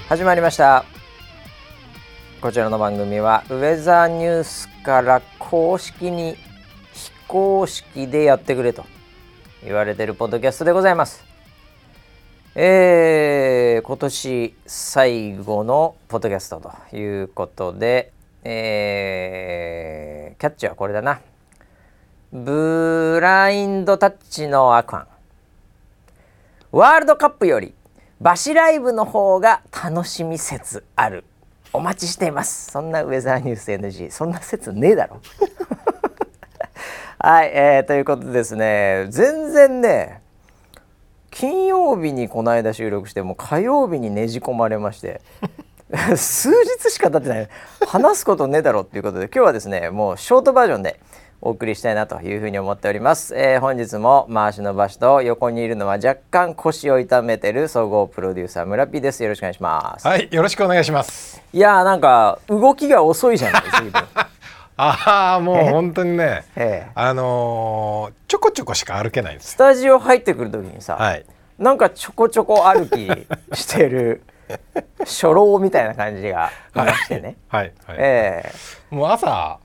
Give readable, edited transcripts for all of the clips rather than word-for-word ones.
始まりました。こちらの番組はウェザーニュースから公式に非公式でやってくれと言われているポッドキャストでございます。今年最後のポッドキャストということで、キャッチはこれだな。ブラインドタッチのアクアン、ワールドカップよりバシライブの方が楽しみ説ある、お待ちしています。そんなウェザーニュース NG、 そんな説ねえだろはい、ということでですね、全然ね、金曜日にこの間収録しても火曜日にねじ込まれまして数日しか経ってない、話すことねえだろっていうことで、今日はですねもうショートバージョンでお送りしたいなというふうに思っております。本日も回しの場所と横にいるのは若干腰を痛めてる総合プロデューサー村 P です。よろしくお願いします。 はい、よろしくお願いします。 いやー、なんか動きが遅いじゃないですかああ、もう本当にね、ちょこちょこしか歩けないんです。 スタジオ入ってくる時にさ、はい、なんかちょこちょこ歩きしてる初老みたいな感じがいましてねはいはい、もう朝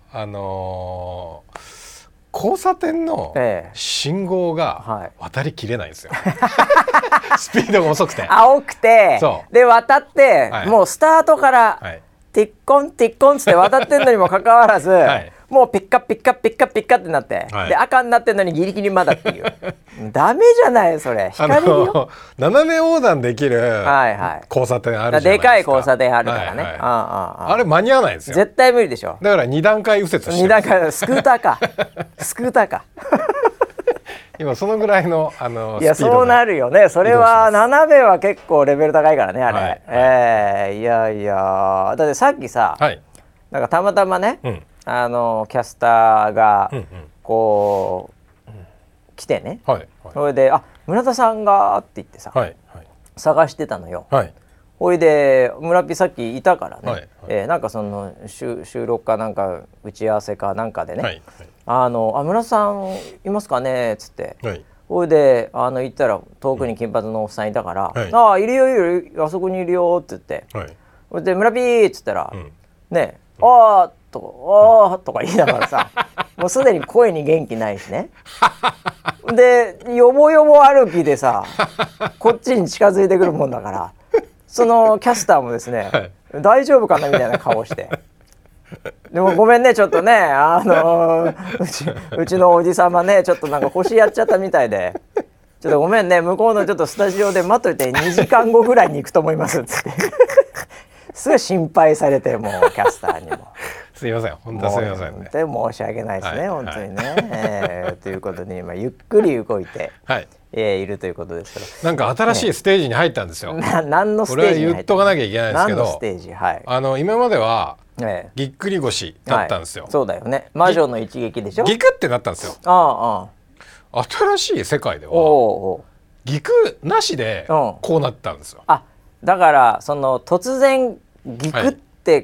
交差点の信号が渡りきれないんですよ、スピードが遅くて青くて、で渡って、もうスタートから、ティッコンティッコンって渡ってんのにもかかわらず、もうピッカピッカピッカピッカってなって、で赤になってんのにギリギリまだっていうダメじゃないそれ。光よ、 斜め横断できる交差点あるじゃないですか。 でかい交差点あるからね、 あれ間に合わないんですよ。 絶対無理でしょ。 だから2段階右折してる。 2段階、スクーターかスクーターか今そのぐらいのスピードで。 いや、そうなるよね。それは斜めは結構レベル高いからね、あれ。いやいや、だってさっきさ、なんかたまたまね、キャスターがこう来てね、それで村田さんがって言ってさ、探してたのよ。ほいで村ピさっきいたからね、なんかその収録かなんか打ち合わせかなんかでね、村田さんいますかねっつって、ほいで行ったら遠くに金髪のおっさんいたから、いるよいるよ、あそこにいるよって言って、ほいで村ピーっつったら、ね、あーとか言いながらさもうすでに声に元気ないしねでよぼよぼ歩きでさこっちに近づいてくるもんだから、そのキャスターもですね、大丈夫かなみたいな顔してでもごめんね、ちょっとねうちのおじさまね、ちょっとなんか腰やっちゃったみたいで、ちょっとごめんね、向こうのちょっとスタジオで待っといて2時間後ぐらいに行くと思いますっつってすごい心配されて、もうキャスターにもすいません、本当すいませんね。 申し訳ないですね、本当にね、ということで今ゆっくり動いて、いるということですけど、 なんか新しいステージに入ったんですよ。 何のステージに入ったの？これは言っとかなきゃいけないんですけど、 何のステージ？ 今まではぎっくり腰だったんですよ。 そうだよね、魔女の一撃でしょ。 ギクってなったんですよ。新しい世界ではギクなしでこうなったんですよ。 だからその突然ギクって、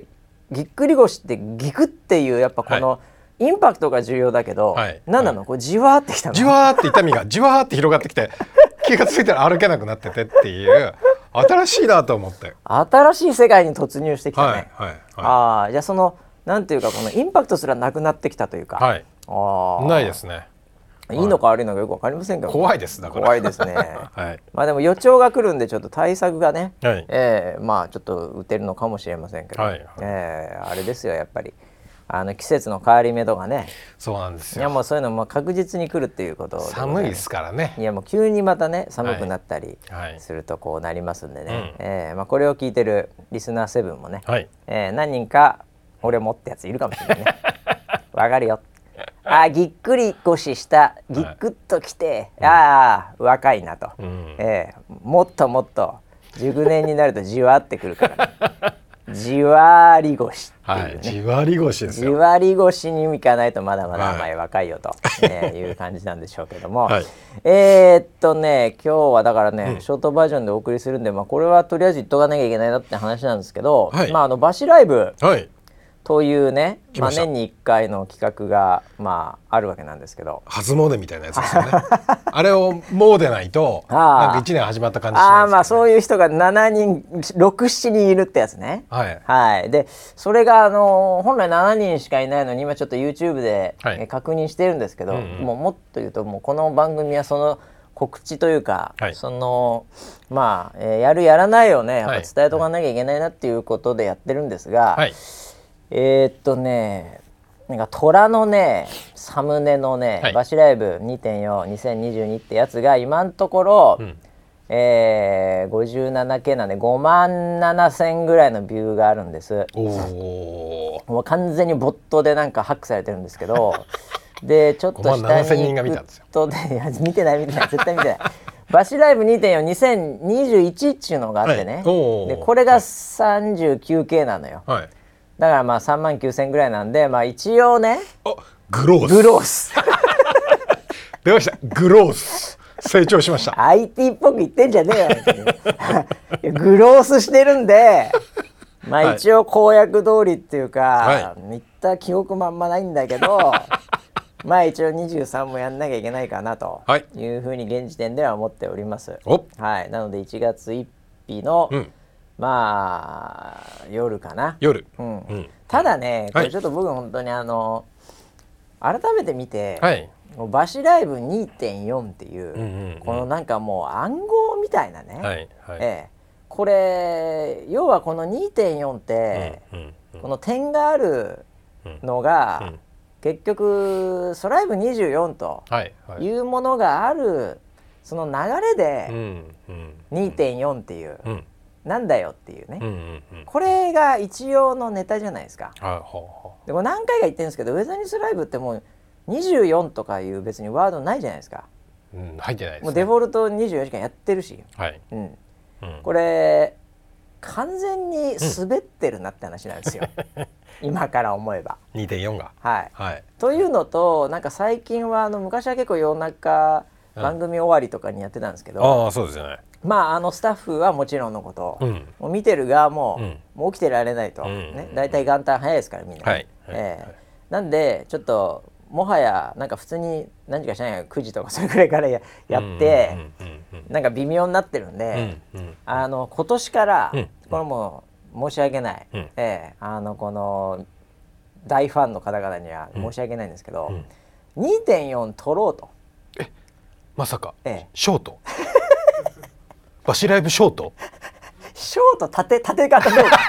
ぎっくり腰ってギクっていうやっぱこのインパクトが重要だけど、何なの、こうじわーってきたの、 じわーって痛みがじわーって広がってきて気がついたら歩けなくなっててっていう新しいなと思って、 新しい世界に突入してきたね。じゃあそのなんていうか、このインパクトすらなくなってきたというか、 ないですね。 いいのか悪いのかよく分かりませんけど、 怖いです。だから怖いですねまあでも予兆が来るんで、ちょっと対策がね、まあちょっと打てるのかもしれませんけど、あれですよ、やっぱり季節の変わり目とかね。 そうなんですよ。 いやもうそういうのも確実に来るっていうことで、 寒いですからね。 いやもう急にまたね寒くなったりするとこうなりますんでね、まあこれを聞いてるリスナー7もね、何人か俺もってやついるかもしれないねわかるよ、ぎっくり腰したぎっくっときて、若いなと、もっともっと熟年になるとじわってくるからねじわり腰っていうね、 じわり腰ですよ。 じわり腰にいかないとまだまだ若いよと、いう感じなんでしょうけども、今日はだからね、ショートバージョンでお送りするんで、これはとりあえず言っとかなきゃいけないなって話なんですけど、バシライブ、 というね、年に1回の企画があるわけなんですけど、 初詣みたいなやつですよねあれを詣でないとなんか1年始まった感じしないですかね。 そういう人が7人6、7人いるってやつね。 はい、 はい、でそれが本来7人しかいないのに今ちょっと YouTube で、確認してるんですけど、もっと言うともうこの番組はその告知というか、そのやるやらないをねやっぱ伝えとかなきゃいけないなっていうことでやってるんですが、なんか虎のねサムネのね、バシライブ 2.42022 ってやつが今のところ、57K なんで5万7000ぐらいのビューがあるんです。もう完全にボットでなんかハックされてるんですけどでちょっと下に行くと見てない絶対見てないバシライブ 2.42021 っていうのがあってね、でこれが 39K なのよ、だから3万9000ぐらいなんで一応ねグロース出ました。グロース成長しました。 IT っぽく言ってんじゃねえよグロースしてるんで一応公約通りっていうか、言った記憶もあんまないんだけど一応23もやんなきゃいけないかなというふうに現時点では思っております。なので1月1日の、夜かな。ただねこれちょっと僕本当に改めて見て、バシライブ 2.4 っていう、このなんかもう暗号みたいなね、これ要はこの 2.4 って、この点があるのが、結局ソライブ24というものがあるその流れで 2.4 っていう、なんだよっていうね、これが一応のネタじゃないですか。でも何回か言ってるんですけど、ウェザーニュースライブってもう24とかいう別にワードないじゃないですか。 入ってないですね。 もうデフォルト24時間やってるし、これ完全に滑ってるなって話なんですよ今から思えば 2.4 が。 というのと、なんか最近は昔は結構夜中番組終わりとかにやってたんですけど、 そうですよね。 スタッフはもちろんのこと、もう見てる側も、もう起きてられないと、だいたい元旦早いですからみんな、なんでちょっともはやなんか普通に何時かしない9時とかそれくらいからやってなんか微妙になってるんで、今年からこれも申し訳ない、この大ファンの方々には申し訳ないんですけど、2.4 取ろうと。 まさか、ショートバシライブショート縦型どうか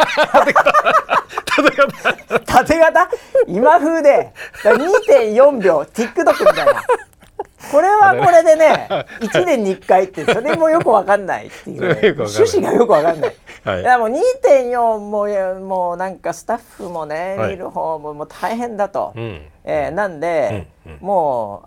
縦型今風で 2.4 秒 TikTok みたいな、これはこれでね1年に1回ってそれもよくわかんないっていう、趣旨がよくわかんない、いやもう 2.4 もうなんかスタッフもね、見る方ももう大変だと、なんで、も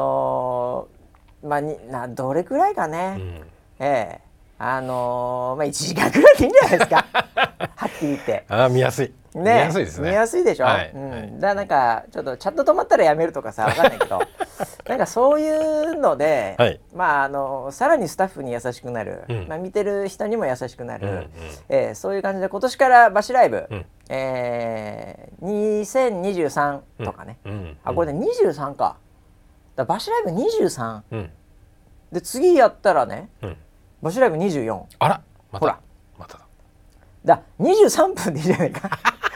うどれくらいかね、1時間くらいでいいんじゃないですかはっきり言って。 見やすい。見やすいですね。 見やすいでしょ。だからなんかちょっとチャット止まったらやめるとかさ、わかんないけどなんかそういうので、さらにスタッフに優しくなる、見てる人にも優しくなる、そういう感じで今年からバシライブ、2023とかね、これで23か。バシライブ23、で次やったらね、バシライブ24。 あら、 ほらまただ23分でいいじゃないか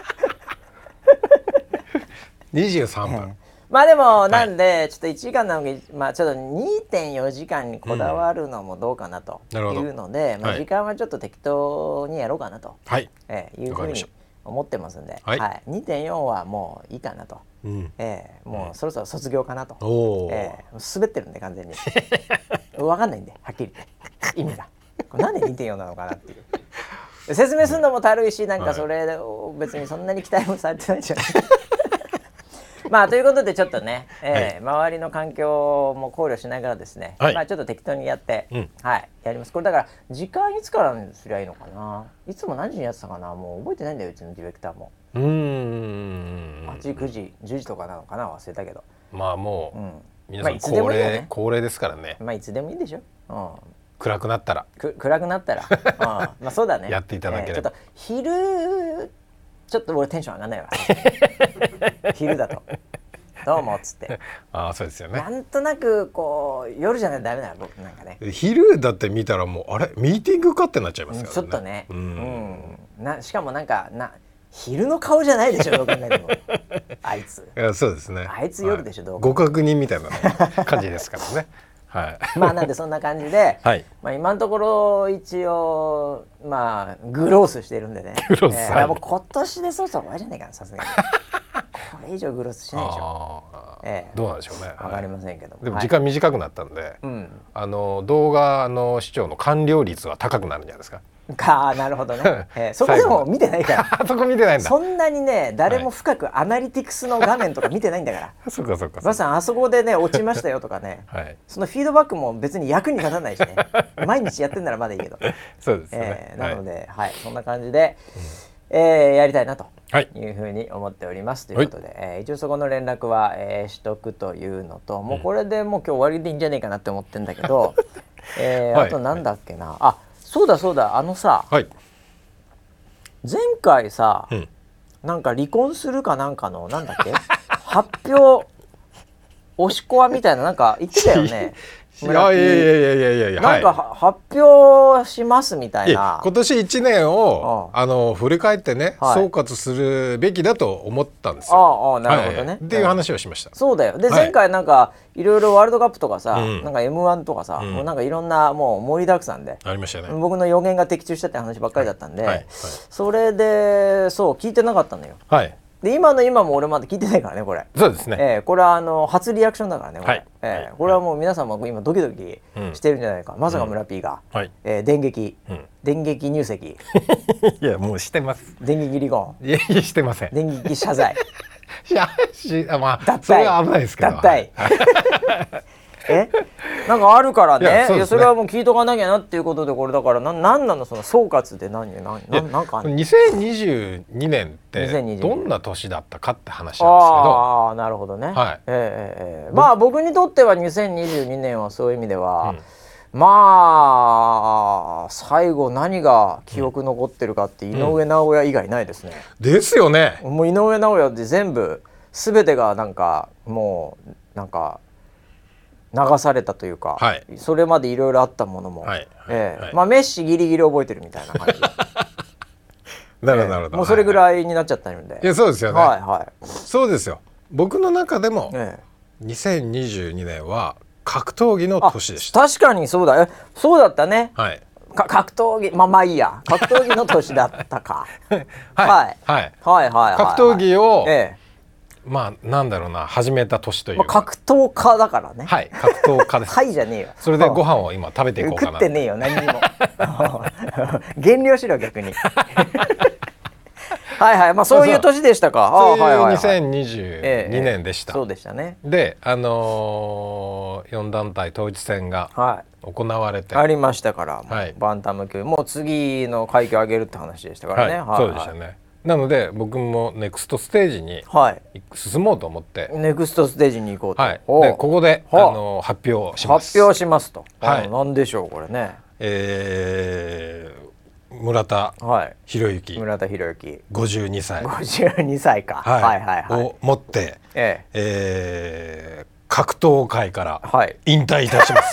23分でもなんで、ちょっと1時間なのにちょっと 2.4 時間にこだわるのもどうかなというので、時間はちょっと適当にやろうかなと、いうふうに思ってますんで、2.4 はもういいかなと、もうそろそろ卒業かなと、滑ってるんで完全に分かんないんではっきり言って意味がこれなんで 2.4 なのかなっていう説明するのもたるいし、なんかそれを別にそんなに期待もされてないじゃないということでちょっとね、周りの環境も考慮しながらですね、ちょっと適当にやって、やります。これだから時間いつからにすりゃいいのかな、いつも何時にやってたかな、もう覚えてないんだようちのディレクターも。8時9時10時とかなのかな、忘れたけど、 もう、皆さん恒例ですからね。 いつでもいいでしょ、 暗くなったら暗くなったらそうだねやっていただければ、 ちょっと昼ちょっと俺テンション上がんないわ昼だとどうもっつってそうですよね。 なんとなくこう夜じゃないとダメだよ僕なんかね。 昼だって見たらもうあれミーティングかってなっちゃいますからね。 ちょっとね、しかもなんか昼の顔じゃないでしょどう考えてもあいつ。 いやそうですね。 あいつ夜でしょ、どうご確認みたいな感じですからね。はい。 まあなんでそんな感じで、 はい、 まあ今のところ一応まあグロースしてるんでね。 グロース。 もう今年でそうそう終わりじゃないかなさすがに。これ以上グロースしないでしょ。 どうなんでしょうね。 わかりませんけども。 でも時間短くなったんで、動画の視聴の完了率は高くなるんじゃないですか。 なるほどね。そこでも見てないから。 そこ見てないんだ。 そんなにね誰も深くアナリティクスの画面とか見てないんだから。 そっかそっか。 バさんあそこでね落ちましたよとかね。そのフィードバックも別に役に立たないしね。毎日やってんならまだいいけど。 そうですね。 なのでそんな感じでやりたいなというふうに思っておりますということで、一応そこの連絡はしとくというのと、もうこれでもう今日終わりでいいんじゃないかなって思ってんだけど、あとなんだっけな、そうださ、前回さ、なんか離婚するかなんかのなんだっけ発表おしこわみたいななんか言ってたよね。 いやなんか発表しますみたいな。 今年1年を振り返ってね、総括するべきだと思ったんですよ。 なるほどね。 っていう話をしました。 そうだよ。で前回なんかいろいろワールドカップとかさ、なんか M1 とかさ、もうなんかいろんなもう盛りだくさんでありましたね。 僕の予言が的中したって話ばっかりだったんで、それでそう聞いてなかったのよ。で今も俺まだ聞いてないからねこれ。 そうですね。 これは初リアクションだからねこれ。これはもう皆さんも今ドキドキしてるんじゃないか。まさか村 P が電撃入籍。 いやもうしてます。 電撃離婚。 いやしてません。 電撃謝罪。 まあそれは危ないですけど。 脱退。なんかあるからね。それはもう聞いとかなきゃなっていうことで、これだからなんなのその総括でなんか 2022年ってどんな年だったかって話なんですけど。 なるほどね。まあ僕にとっては2022年はそういう意味では、まあ最後何が記憶残ってるかって井上尚弥以外ないですね。 ですよね。 もう井上尚弥で全てがなんかもうなんか流されたというか、それまでいろいろあったものも、まあメッシギリギリ覚えてるみたいな感じ。 なるほど。 もうそれぐらいになっちゃったので。 いやそうですよね。そうですよ。僕の中でも2022年は格闘技の年でした。 確かにそうだ。そうだったね。格闘技まあいいや。格闘技の年だったか。 格闘技をまあなんだろうな始めた年という格闘家だからね。 格闘家です。 じゃねえよ。 それでご飯を今食べていこうかな。 食ってねえよ何にも。減量しろ逆に。まあそういう年でしたか。 そういう2022年でした。 そうでしたね。 で4団体統一戦が行われてありましたから、バンタム級もう次の階級上げるって話でしたからね。 そうでしたね。なので僕もネクストステージに進もうと思ってネクストステージに行こうと。 でここで発表します。 発表しますと。何でしょうこれね。 村田博之52歳 52歳かをもって格闘界から引退いたします。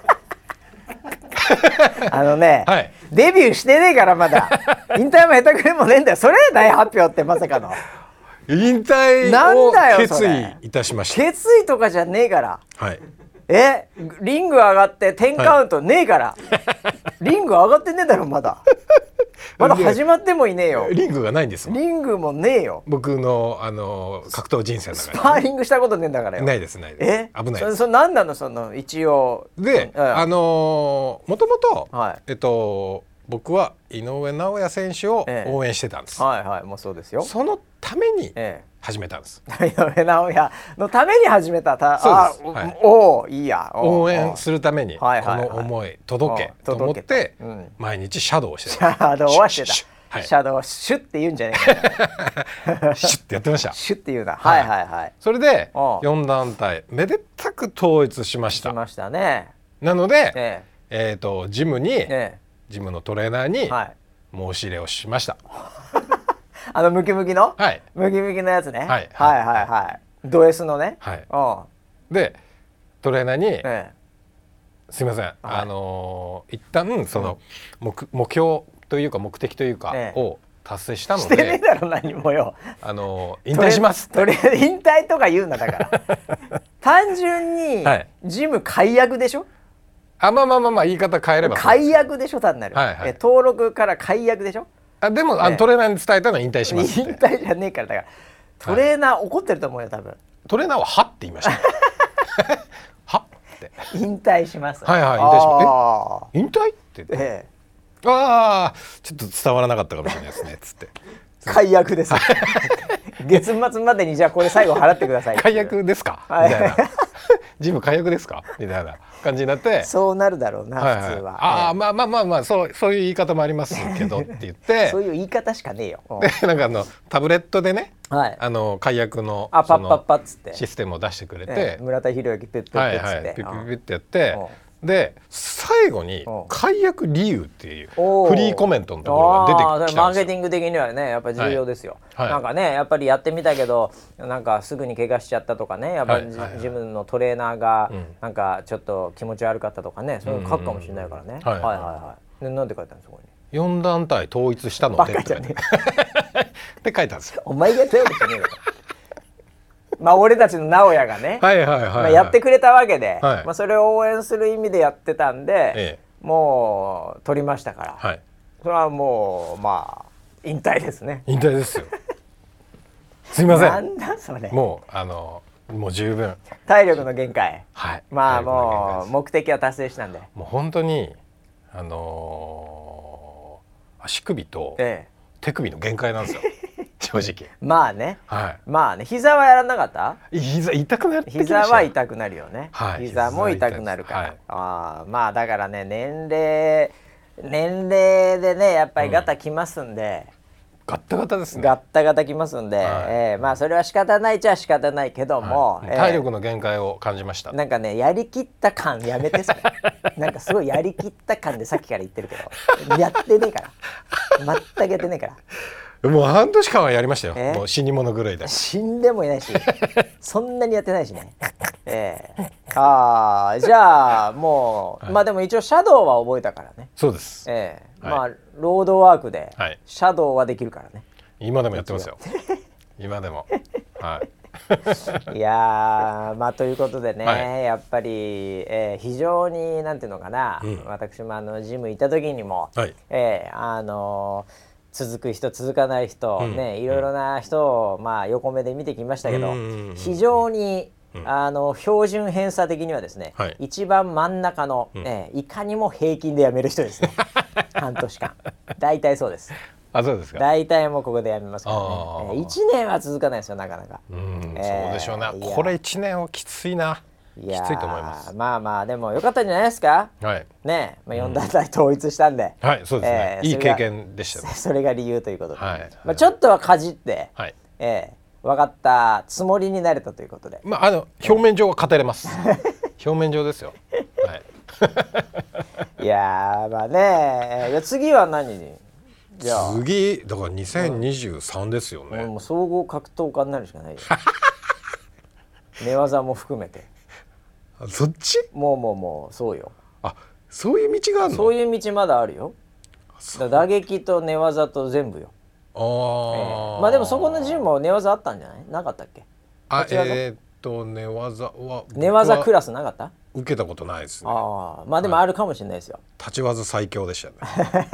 デビューしてねえからまだ引退も下手くれもねえんだよ。それ大発表ってまさかの引退を決意いたしました。 決意とかじゃねえから。リング上がって10カウントねえからリング上がってねえだろまだ始まってもいねえよ。 リングがないんですもん。 リングもねえよ僕の格闘人生の中で。 スパーリングしたことねえんだからよ。 ないです。危ないです。 それ何なのその一応でもともと僕は井上尚弥選手を応援してたんです。 もうそうですよ。 そのために始めたんです。 井上尚弥のために始めた。 そうです。 いいや。 応援するためにこの思い届けと思って毎日シャドウをしてた。 シャドウはしてた。シャドウシュッて言うんじゃねえか。 シュッてやってました。 シュッて言うな。 それで4団体めでたく統一しました。 しましたね。 なのでジムのトレーナーに申し入れをしました。 ムキムキの、 はい、 ムキムキのやつね、 はいはいはいはいド S のね、 はい、でトレーナーに、すいません、はい、一旦その、目標というか目的というかを達成したので、 してねえだろ何もよ、 引退しますって。 引退とか言うな、だから単純にジム解約でしょ。 まあ言い方変えれば解約でしょ単なる、はいはい、登録から解約でしょ。 でもトレーナーに伝えたのは引退しますって。 引退じゃねえから、だからトレーナー怒ってると思うよ多分。 トレーナーははって言いましたはって引退します。 はいはい、引退します。引退って言って、ああちょっと伝わらなかったかもしれないですねつって解約です月末までにじゃあこれ最後払ってください解約ですかみたいなジム解約ですかみたいな感じになってそうなるだろうな、普通は。 まあそういう言い方もありますけどって言ってそういう言い方しかねえよ。 でなんかタブレットでね、 はい、 解約のパッパッパッつってシステムを出してくれて、 村田博之ペッペッペッつってピッピッってやって、で最後に解約理由っていうフリーコメントのところが出てきたんですよ。 マーケティング的にはねやっぱり重要ですよ、はい、なんかねやっぱりやってみたけどなんかすぐに怪我しちゃったとかね、やっぱり自分のトレーナーがなんかちょっと気持ち悪かったとかね、そういうの書くかもしれないからね。はいはいはい。でなんで書いたんですかここに。 4団体統一したのでって書いたんですよ。 お前が手を出してねえよまあ俺たちの直哉がねやってくれたわけで、はい、まあ、それを応援する意味でやってたんで、もう取りましたから、はい、それはもうまあ引退ですね。 引退ですよすいません。 なんだそれ。 もう十分体力の限界、 はい、 まあもう目的は達成したんで、 もう本当に足首と手首の限界なんですよ正直。 まあね、 はい、 まあね、膝はやらなかった？ 膝痛くなる。 膝は痛くなるよね、はい、膝も痛くなるから、 はい、 まあだからね年齢でねやっぱりガタきますんで、 ガッタガタですね。 ガッタガタきますんで、はい、まあそれは仕方ないっちゃ仕方ないけども、 はい、体力の限界を感じました。 なんかねやりきった感やめてそれなんかすごいやりきった感でさっきから言ってるけどやってねえから全くやってねえから。 もう半年間はやりましたよ。もう死に物狂いで。 死んでもいないしそんなにやってないしね。じゃあもう、はい、まあでも一応シャドウは覚えたからね。 そうです、 はい、まあロードワークでシャドウはできるからね。 今でもやってますよ今でもはいいやまあということでね、はい、やっぱり、非常になんていうのかな、私もジム行った時にも、はい、続く人続かない人、ね、いろいろな人を、まあ、横目で見てきましたけど、非常に標準偏差的にはですね、はい、一番真ん中の、いかにも平均で辞める人ですね半年間大体そうです。 あ、そうですか。 大体もうここで辞めますからね。1年は続かないですよなかなか。 そうでしょうな。これ1年はきついな。きついと思います。 まあまあでも良かったんじゃないですか。 はい。 ね、4団体統一したんで。 はい、そうですね。いい経験でしたね。 それが理由ということで。 はい。 まあちょっとはかじって、 はい。 分かったつもりになれたということで。 まあ表面上は語れます。表面上ですよ。はい。 いやまあね、次は何に？じゃあ次だから2023ですよね。 もう総合格闘家になるしかないよ。寝技も含めて。 そっち？ もうそうよ。 あ、そういう道があるの？ そういう道まだあるよ。打撃と寝技と全部よ。まあでもそこのジムも寝技あったんじゃない？なかったっけ？ 寝技は寝技クラスなかった？ 受けたことないですね。 まあでもあるかもしれないですよ。 立ち技最強でしたね。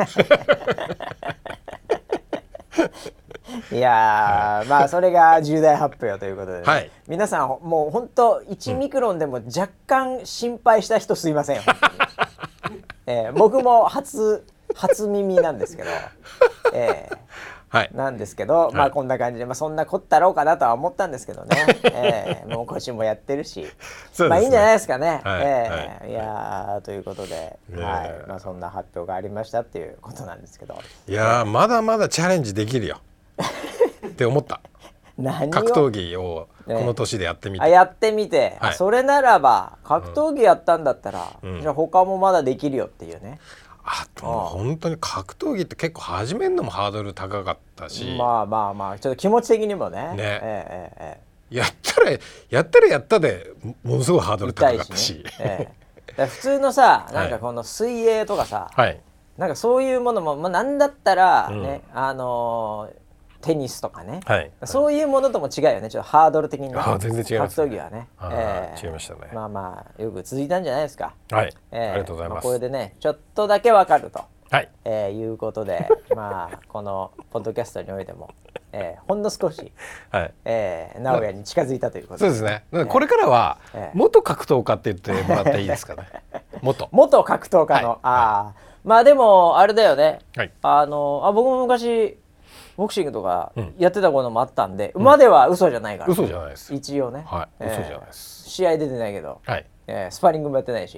いやまあそれが重大発表ということで、ね、 はい、 皆さんもう本当1ミクロンでも若干心配した人すいませんよ。僕も初耳なんですけど、 はい、 なんですけど、まあこんな感じで、まあ、そんなこったろうかなとは思ったんですけどね、もう腰もやってるし、ね、まあいいんじゃないですかね。いやということで、まあ、そんな発表がありましたっていうことなんですけど、 いやまだまだチャレンジできるよって思った。格闘技をこの年でやってみて、 やってみて、それならば格闘技やったんだったら、じゃあ他もまだできるよっていうね。 あと本当に格闘技って結構始めるのもハードル高かったし、 まあちょっと気持ち的にもねやったでものすごいハードル高かったし、 普通のさなんかこの水泳とかさ、なんかそういうものも、なんだったらね、テニスとかね、そういうものとも違うよね、ちょっとハードル的にね。 全然違います、 格闘技はね、 違いましたね。 よく続いたんじゃないですか。 ありがとうございます。 これでねちょっとだけわかると、いうことでこのポッドキャストにおいても、ほんの少し、直哉に近づいたということで。そうですね。これからは、元格闘家って言ってもらっていいですかね。 元格闘家の、でもあれだよね、僕も昔ボクシングとかやってたこともあったんで、馬では嘘じゃないから、 嘘じゃないです。 一応ね、 嘘じゃないです。 試合出てないけど、スパーリングもやってないし、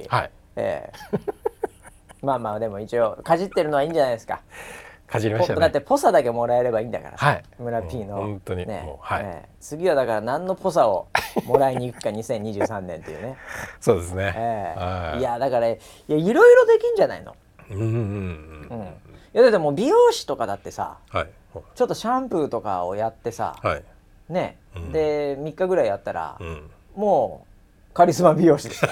でも一応かじってるのはいいんじゃないですか。 かじりましたね。 だってポサだけもらえればいいんだからさ、村 P の本当に次はだから何のポサをもらいに行くか2023年っていうね。 そうですね。 いやだからいろいろできんじゃないの。いやだってもう美容師とかだってさ、ちょっとシャンプーとかをやってさ、ね、で3日ぐらいやったら、もうカリスマ美容師ですよ。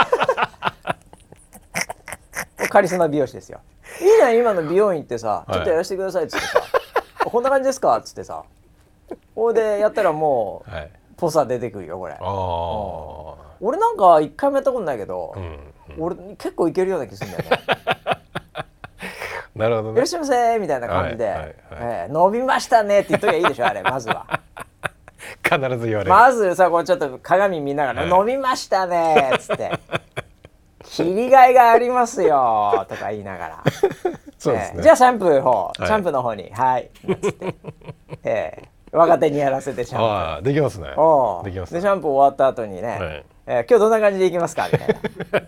カリスマ美容師ですよ。いいじゃん今の美容院ってさ、ちょっとやらせてくださいっつってさ、こんな感じですかっつってさ、これでやったらもう、ポサ出てくるよこれ。俺なんか1回もやったことないけど、俺結構いけるような気するんだよね。 なるほどね。 いらっしゃいませみたいな感じで、伸びましたねって言っときゃいいでしょあれまずは。 必ず言われる。 まずさこれちょっと鏡見ながら、伸びましたねっつって。切りがいがありますよとか言いながらそうですね。 じゃあシャンプーの方になんつって、若手にやらせてシャンプーできますね。できますね。 でシャンプー終わった後にね、今日どんな感じでいきますかみたいな。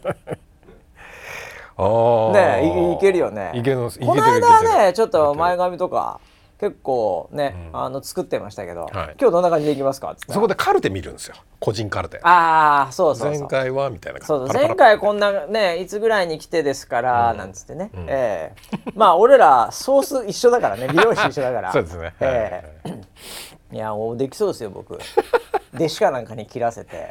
いけるよね。 いけます。 この間ねちょっと前髪とか結構ね、作ってましたけど、今日どんな感じでいきますかっつって、 そこでカルテ見るんですよ、個人カルテ。 そう前回はみたいな感じ。前回こんなねいつぐらいに来てですからなんつってね、俺らソース一緒だからね、美容師一緒だから。 そうですね。 いやもうできそうですよ僕。弟子かなんかに切らせて、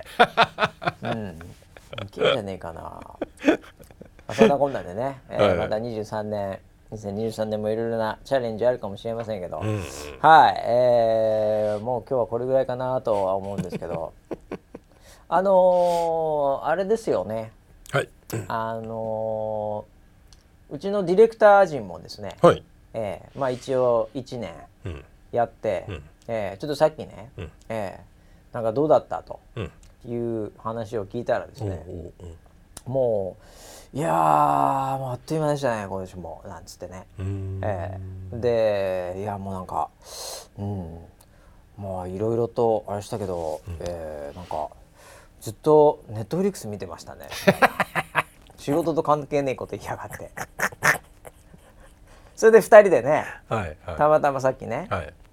いけるんじゃねえかな。そんなこんなんでね、また2023年もいろいろなチャレンジあるかもしれませんけど、もう今日はこれぐらいかなとは思うんですけど、あれですよね、うちのディレクター陣もですね、一応1年やって、ちょっとさっきね、なんかどうだったという話を聞いたらですね、もういやもうあっという間でしたね今年もなんつってね。でいやもうなんかいろいろとあれしたけど、なんかずっとネットフリックス見てましたね。仕事と関係ねえこと言いやがって。それで2人でね、たまたまさっきね、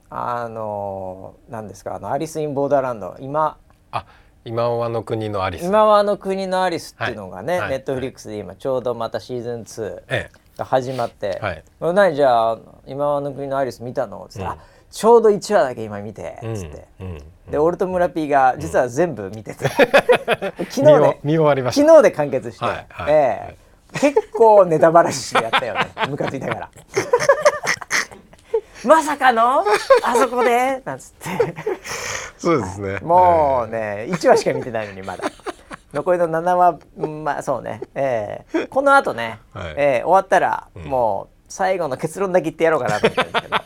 何ですかアリス・イン・ボーダーランド、今和の国のアリス。 今和の国のアリスっていうのがね、ネットフリックスで今ちょうどまたシーズン2が始まって、何じゃあ今和の国のアリス見たのっつって、ちょうど1話だけ今見てっつって、で俺と村 P が実は全部見てて、昨日見終わりました。 昨日で完結して、結構ネタバラシしてやったよね。ムカついたからまさかのあそこでなんつってそうですね、 もうね1話しか見てないのにまだ残りの7話そうね、この後ね、終わったら、もう最後の結論だけ言ってやろうかなと思ってるんですけど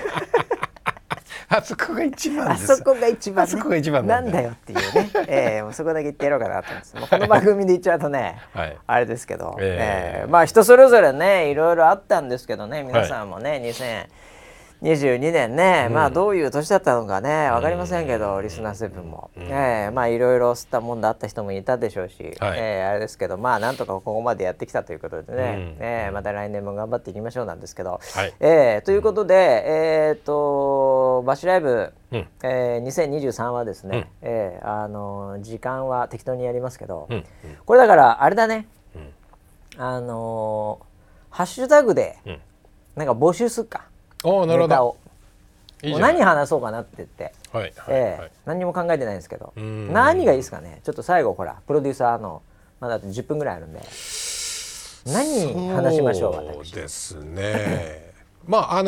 あそこが一番です。 あそこが一番、なんだよっていうね、もうそこだけ言ってやろうかなと思うんです。この番組で言っちゃうとね、あれですけど、人それぞれねいろいろあったんですけどね、皆さんもね、2022年ね、どういう年だったのかね分かりませんけど、リスナー7も、いろいろ吸ったもんだった人もいたでしょうし、あれですけどなんとかここまでやってきたということでね、また来年も頑張っていきましょうなんですけど、ということでバッシュライブ、2023はですね、時間は適当にやりますけど、これだからあれだね、 ハッシュタグでなんか募集すっか、 なるほど、 いいじゃない。何話そうかなって言って、 はいはいはい、 何にも考えてないんですけど、何がいいですかね。ちょっと最後ほらプロデューサーのまだあと10分ぐらいあるんで、何話しましょう。 そうですねまあ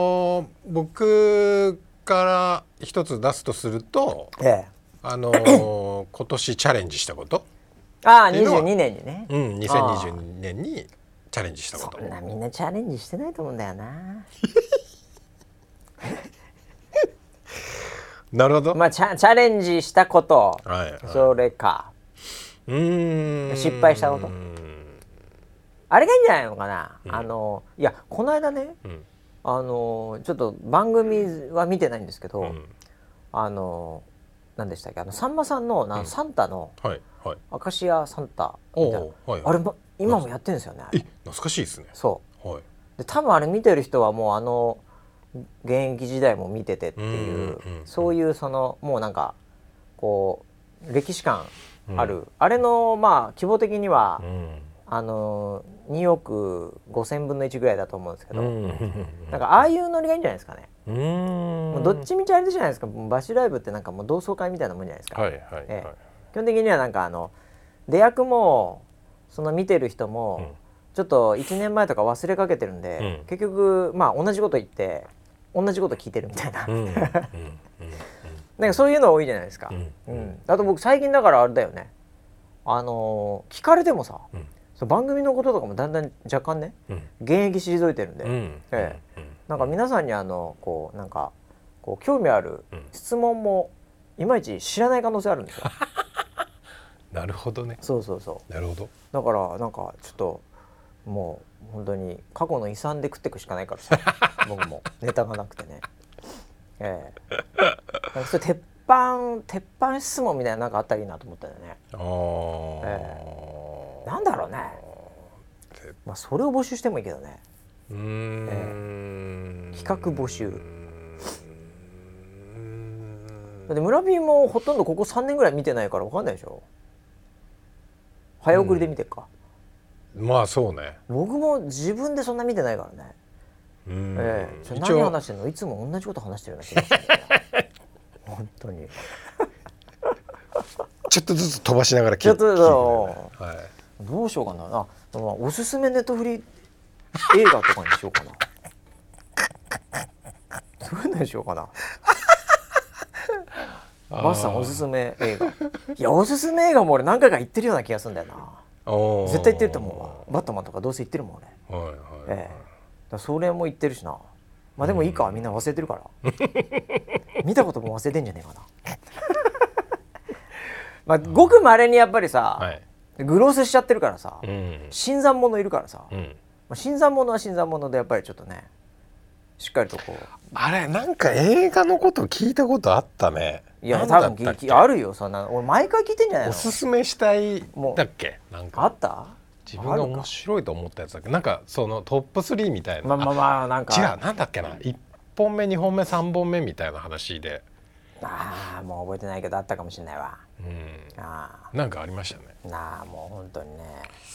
僕から一つ出すとすると、今年チャレンジしたこと、 22年にね、 2022年にチャレンジしたこと。 そんなみんなチャレンジしてないと思うんだよななるほど。 まあチャレンジしたこと、はいはい、それか失敗したこと、あれがいいんじゃないのかな、いやこの間ね、ちょっと番組は見てないんですけど、何でしたっけ、さんまさんのサンタの、明石家サンタみたいな、あれ今もやってるんですよね。 懐かしいですね。 そう、で多分あれ見てる人はもう現役時代も見ててっていう、そういうそのもうなんかこう歴史観ある、あれのまあ規模的には、2億5000分の1ぐらいだと思うんですけど、なんかああいうノリがいいんじゃないですかね。もうどっちみちあれじゃないですか。バシライブってなんかもう同窓会みたいなもんじゃないですか。基本的にはなんか出役もその見てる人もちょっと1年前とか忘れかけてるんで、結局まあ同じこと言って同じこと聞いてるみたいななんかそういうの多いじゃないですか。あと僕最近だからあれだよね、聞かれてもさ、番組のこととかもだんだん若干ね、現役退いてるんで、なんか皆さんにこうなんかこう興味ある質問もいまいち知らない可能性あるんですよなるほどね。 そうそうそう。 なるほど。だからなんかちょっともう本当に過去の遺産で食っていくしかないからさ僕もネタがなくてね、なんかそれ鉄板質問みたいななんかあったらいいなと思ったよね。なんだろうね、まあそれを募集してもいいけどね。企画募集だって村 P もほとんどここ3年ぐらい見てないから分かんないでしょ。早送りで見てるか、 まあそうね。 僕も自分でそんな見てないからね。何話してんの、いつも同じこと話してるような気がするんだよね本当にちょっとずつ飛ばしながら聞いて、 どうしようかな。おすすめネットフリ映画とかにしようかなそういうのにしようかなマスさんおすすめ映画。いやおすすめ映画も俺何回か言ってるような気がするんだよな。絶対言ってると思うわ。バットマンとかどうせ言ってるもん俺。だそれも言ってるしな。まあでもいいか、みんな忘れてるから見たことも忘れてんじゃねえかなまあごくまれにやっぱりさ、グロースしちゃってるからさ、新参者いるからさ、新参者は新参者でやっぱりちょっとねしっかりとこう。 あれなんか映画のこと聞いたことあったね。 いや多分あるよ。そんな俺毎回聞いてんじゃないの。 おすすめしたいだっけ。なんかあった？ 自分が面白いと思ったやつだっけ。なんかそのトップ3みたいな。 まあなんか違う、なんだっけな、1本目2本目3本目みたいな話で。 もう覚えてないけどあったかもしれないわ。 なんかありましたね。 もう本当にね。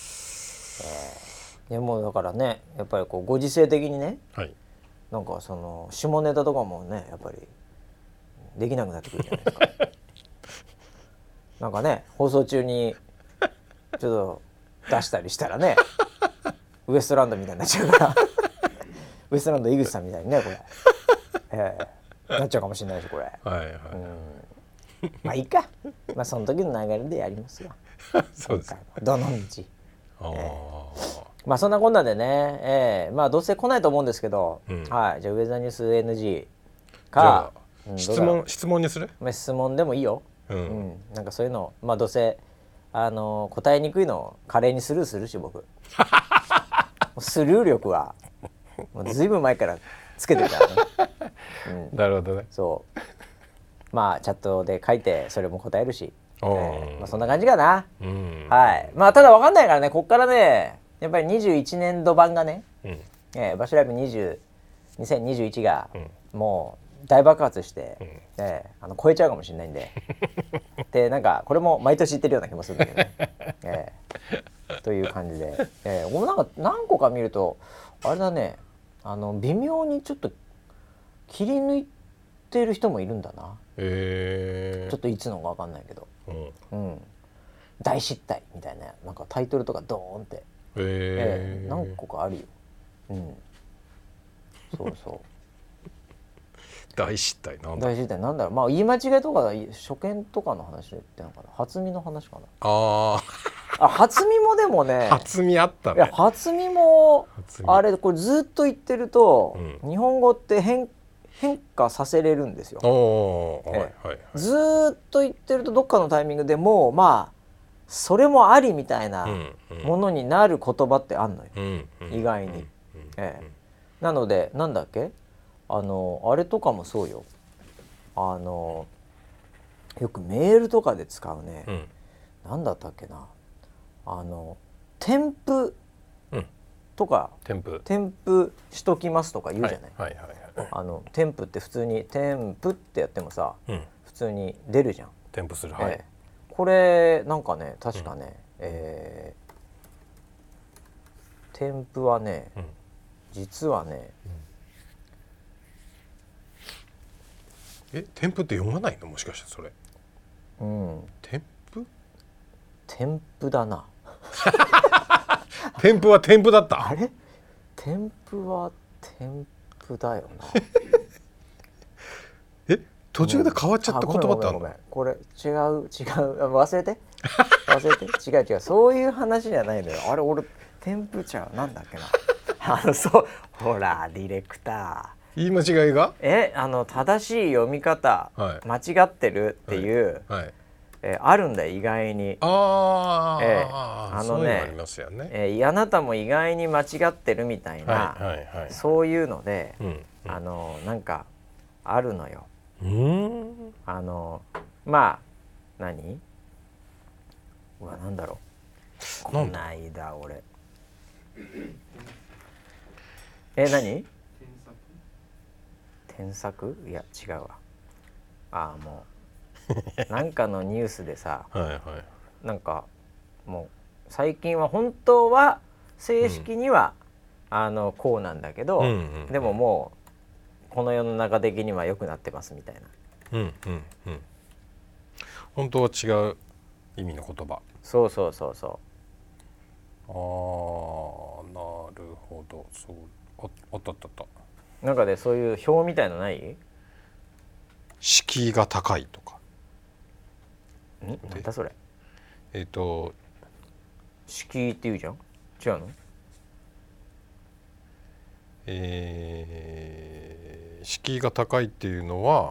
でもだからねやっぱりこうご時世的にね、なんかその下ネタとかもねやっぱりできなくなってくるじゃないですかなんかね放送中にちょっと出したりしたらねウエストランドみたいになっちゃうからウエストランド井口さんみたいにねこれ、なっちゃうかもしれないしこれ。まあいいか、まあその時の流れでやりますよそうですどの道。まあそんなこんなでね、まあどうせ来ないと思うんですけど、じゃあウェザーニュース NG か、 質問にする？ 質問でもいいよ。なんかそういうのまあどうせ答えにくいのを華麗にスルーするし僕スルー力はもうずいぶん前からつけてるからね。 なるほどね。 そうまあチャットで書いてそれも答えるし、まあそんな感じかな。まあただ分かんないからね、こっからねやっぱり21年度版がね、バシライブ2021がもう大爆発して、超えちゃうかもしれないんででなんかこれも毎年言ってるような気もするんだけどね、 という感じで、俺なんか何個か見るとあれだね、微妙にちょっと切り抜いてる人もいるんだな。ちょっといつのか分かんないけど、大失態みたいな、なんかタイトルとかドーンって、何個かあるよ。そうそう大失態なんだ。 大失態なんだろう。まあ言い間違いとか初見とかの話ってのかな、初見の話かな。初見もでもね、 初見あったね。 いや初見もあれ、これずっと言ってると、日本語って変化させれるんですよ。ずっと言ってるとどっかのタイミングでもうまあそれもありみたいなものになる言葉ってあんのよ、意外に。なのでなんだっけ、あれとかもそうよ。よくメールとかで使うね、なんだったっけな、添付とか、添付しときますとか言うじゃない。添付って普通に添付ってやってもさ、普通に出るじゃん。 添付する。 これなんかね、確かね、添付はね、実はね、 添付って読まないの、もしかしてそれ。添付？ 添付だな。 添付は添付だった。 あれ？添付は添付だよな。 途中で変わっちゃった言葉ってあるの？ これ違う忘れて違うそういう話じゃないのよ。あれ俺添付ちゃう、なんだっけな。そうほらディレクター、言い間違いが正しい読み方、間違ってるっていう、あるんだよ意外に。 そういうのありますよね。 あなたも意外に間違ってるみたいな、そういうので、なんかあるのよ。まあ何？なんだろう。こないだ俺何？添削？いや違うわ。もうなんかのニュースでさ、なんかもう最近は本当は正式には、こうなんだけど、でももうこの世の中的には良くなってますみたいな。 本当は違う意味の言葉。 そう。 なるほど。そう、あった。 なんかでそういう表みたいのない？ 敷居が高いとか。 なんだそれ。敷居って言うじゃん。違うの？ 敷居が高いっていうのは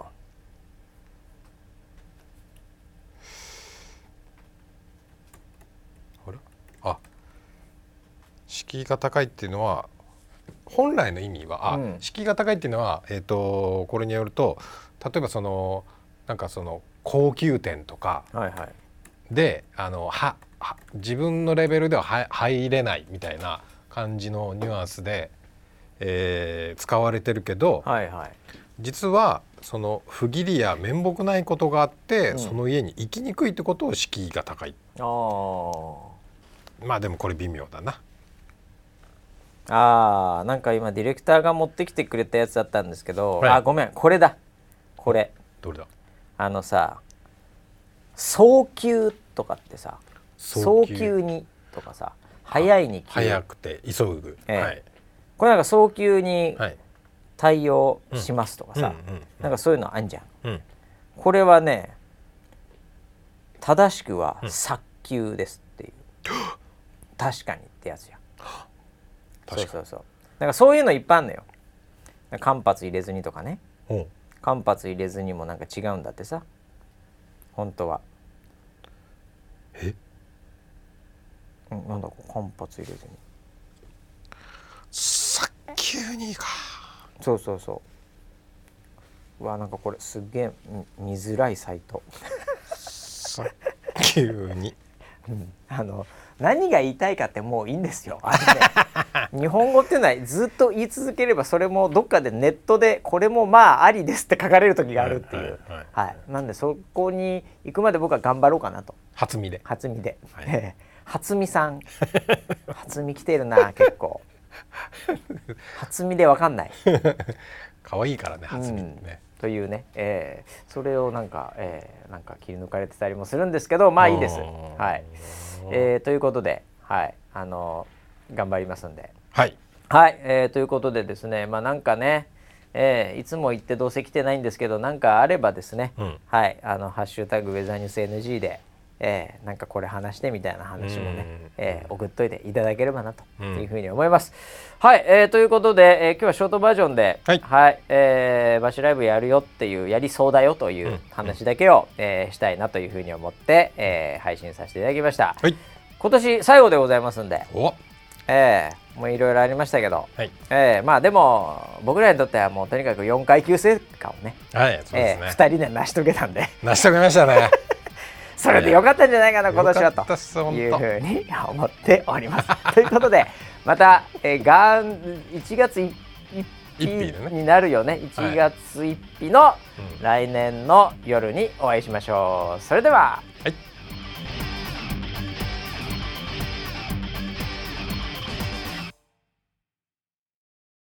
敷居が高いっていうのは本来の意味は敷居が高いっていうのは、これによると、例えばなんか高級店とかで、自分のレベルでは入れないみたいな感じのニュアンスで、使われてるけど、実は不義理や面目ないことがあって、その家に行きにくいってことを敷居が高い。まあでもこれ微妙だな。 なんか今ディレクターが持ってきてくれたやつだったんですけど、ごめん、これだ。これどれだ？ さ、早急とかってさ、早急にとかさ、早いに急、 早くて急ぐ、 これなんか早急に対応しますとかさ、なんかそういうのあんじゃん。これはね、正しくは早急ですっていう。確かにってやつじゃん。そうなんかそういうのいっぱいあるのよ。間髪入れずにとかね。間髪入れずにもなんか違うんだってさ、本当は。なんだ間髪入れずに早急にか。 そうなんかこれすっげえ見づらいサイト。 早急に何が言いたいかってもういいんですよ。日本語っていうのはずっと言い続ければ、それもどっかでネットでこれもまあありですって書かれる時があるっていう。なんでそこに行くまで僕は頑張ろうかなと。 初見で初見さん初見来てるな結構初見でわかんない可愛いからね初見ね、 というね、それをなんか切り抜かれてたりもするんですけど、まあいいです。はい、ということで、はい、頑張りますんで。 はい、 はい、ということでですね、まあなんかね、いつも言ってどうせ来てないんですけど、なんかあればですね、はい、ハッシュタグウェザーニュース NG で、なんかこれ話してみたいな話もね、送っといていただければなというふうに思います。はい、ということで、今日はショートバージョンで、はい、バシライブやるよっていう、やりそうだよという話だけを、したいなというふうに思って、配信させていただきました。はい、今年最後でございますんで、もういろいろありましたけど、はい、まあでも僕らにとってはもうとにかく4階級成果をね、はい、そうですね、2人で成し遂げたんで成し遂げましたねそれでよかったんじゃないかな今年はというふうに思っておりますということでまた、1月1日になるよね、1月1日の来年の夜にお会いしましょう。それでは、はい。